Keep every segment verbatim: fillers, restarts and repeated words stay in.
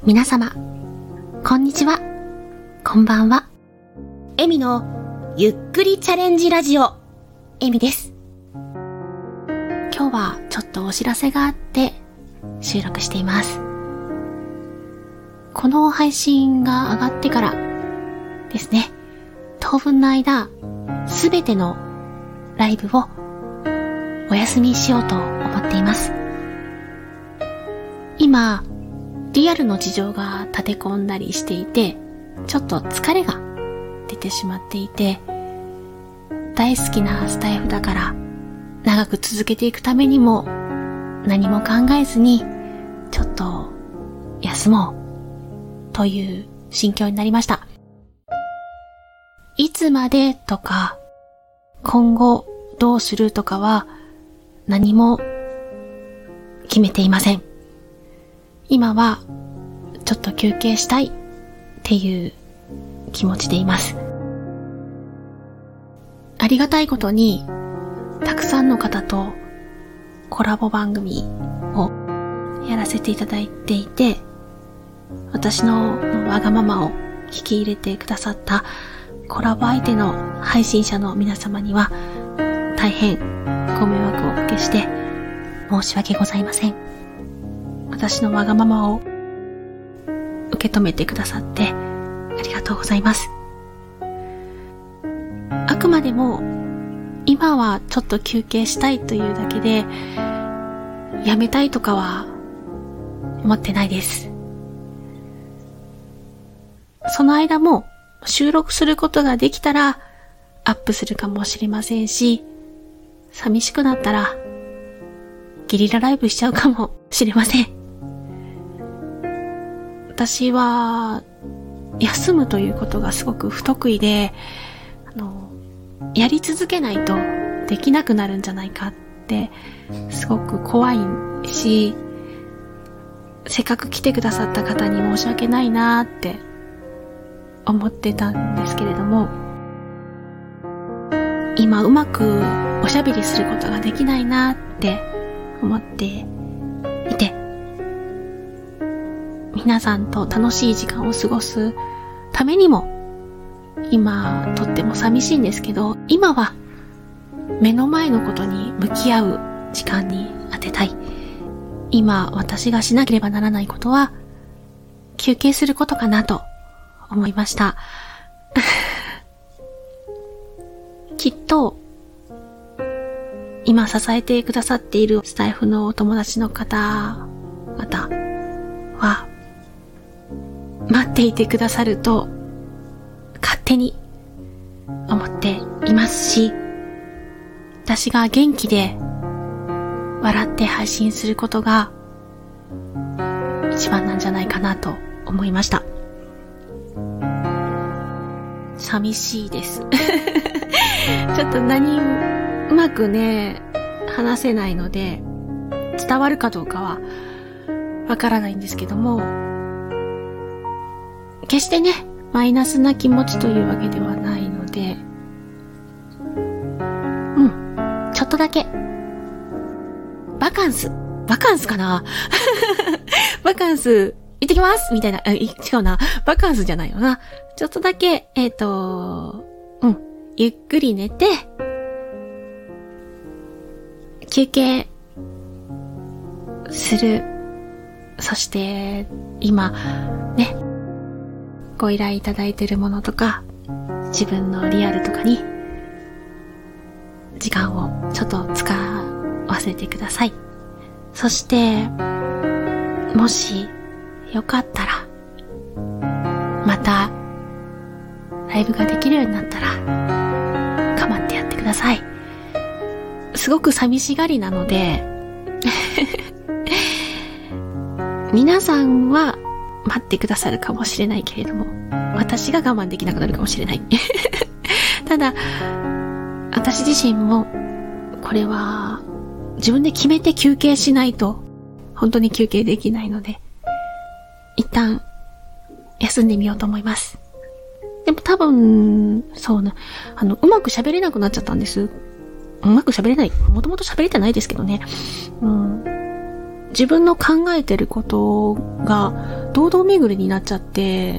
皆様、こんにちは、こんばんは。エミのゆっくりチャレンジラジオ、エミです。今日はちょっとお知らせがあって収録しています。この配信が上がってからですね、当分の間、すべてのライブをお休みしようと思っています。今、リアルの事情が立て込んだりしていて、ちょっと疲れが出てしまっていて、大好きなスタイフだから長く続けていくためにも何も考えずにちょっと休もうという心境になりました。いつまでとか今後どうするとかは何も決めていません。今はちょっと休憩したいっていう気持ちでいます。ありがたいことにたくさんの方とコラボ番組をやらせていただいていて、私のわがままを聞き入れてくださったコラボ相手の配信者の皆様には大変ご迷惑をおかけして申し訳ございません。私のわがままを受け止めてくださってありがとうございます。あくまでも今はちょっと休憩したいというだけでやめたいとかは思ってないです。その間も収録することができたらアップするかもしれませんし、寂しくなったらゲリラライブしちゃうかもしれません。私は休むということがすごく不得意で、あのやり続けないとできなくなるんじゃないかってすごく怖いし、せっかく来てくださった方に申し訳ないなって思ってたんですけれども、今うまくおしゃべりすることができないなって思っていて、皆さんと楽しい時間を過ごすためにも今とっても寂しいんですけど、今は目の前のことに向き合う時間に当てたい。今私がしなければならないことは休憩することかなと思いました。きっと今支えてくださっているスタイフのお友達の方々は待っていてくださると勝手に思っていますし、私が元気で笑って配信することが一番なんじゃないかなと思いました。寂しいですちょっと何うまくね話せないので伝わるかどうかはわからないんですけども、決してねマイナスな気持ちというわけではないので、うんちょっとだけバカンスバカンスかなバカンス行ってきますみたいな、違うな、バカンスじゃないよな。ちょっとだけえっとうんゆっくり寝て休憩する。そして今ねご依頼いただいているものとか自分のリアルとかに時間をちょっと使わせてください。そしてもしよかったらまたライブができるようになったら構ってやってください。すごく寂しがりなので皆さんは待ってくださるかもしれないけれども、私が我慢できなくなるかもしれないただ私自身もこれは自分で決めて休憩しないと本当に休憩できないので、一旦休んでみようと思います。でも多分そうね、あのうまく喋れなくなっちゃったんです。うまく喋れない、もともと喋れてないですけどね、うん、 自分の考えてることが堂々巡りになっちゃって、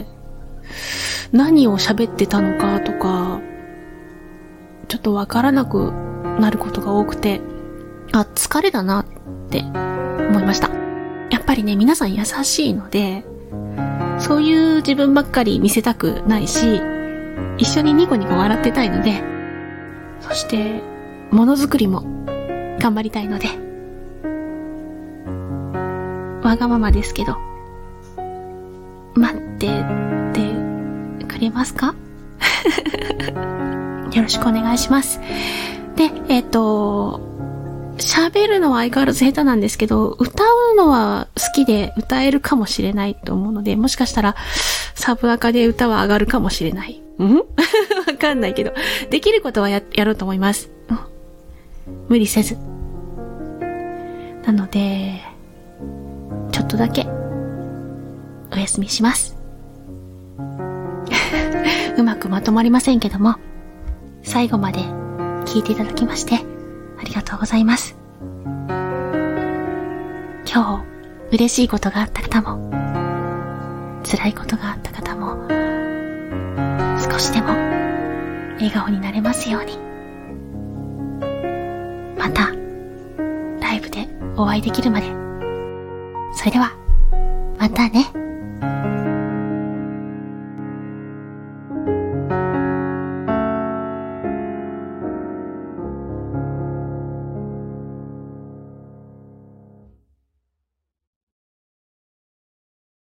何を喋ってたのかとか、ちょっとわからなくなることが多くて、あ、疲れだなって思いました。やっぱりね、皆さん優しいので、そういう自分ばっかり見せたくないし、一緒にニコニコ笑ってたいので、そして、ものづくりも頑張りたいので、わがままですけど、待っててくれますか？よろしくお願いします。で、えっと、喋るのは相変わらず下手なんですけど、歌うのは好きで歌えるかもしれないと思うので、もしかしたらサブアカで歌は上がるかもしれない。んわかんないけど、できることはや、やろうと思います。うん、無理せず。なので、ちょっとだけお休みします。うまくまとまりませんけども、最後まで聞いていただきましてありがとうございます。今日嬉しいことがあった方も、辛いことがあった方も、少しでも笑顔になれますように。またライブでお会いできるまで。それではまたね。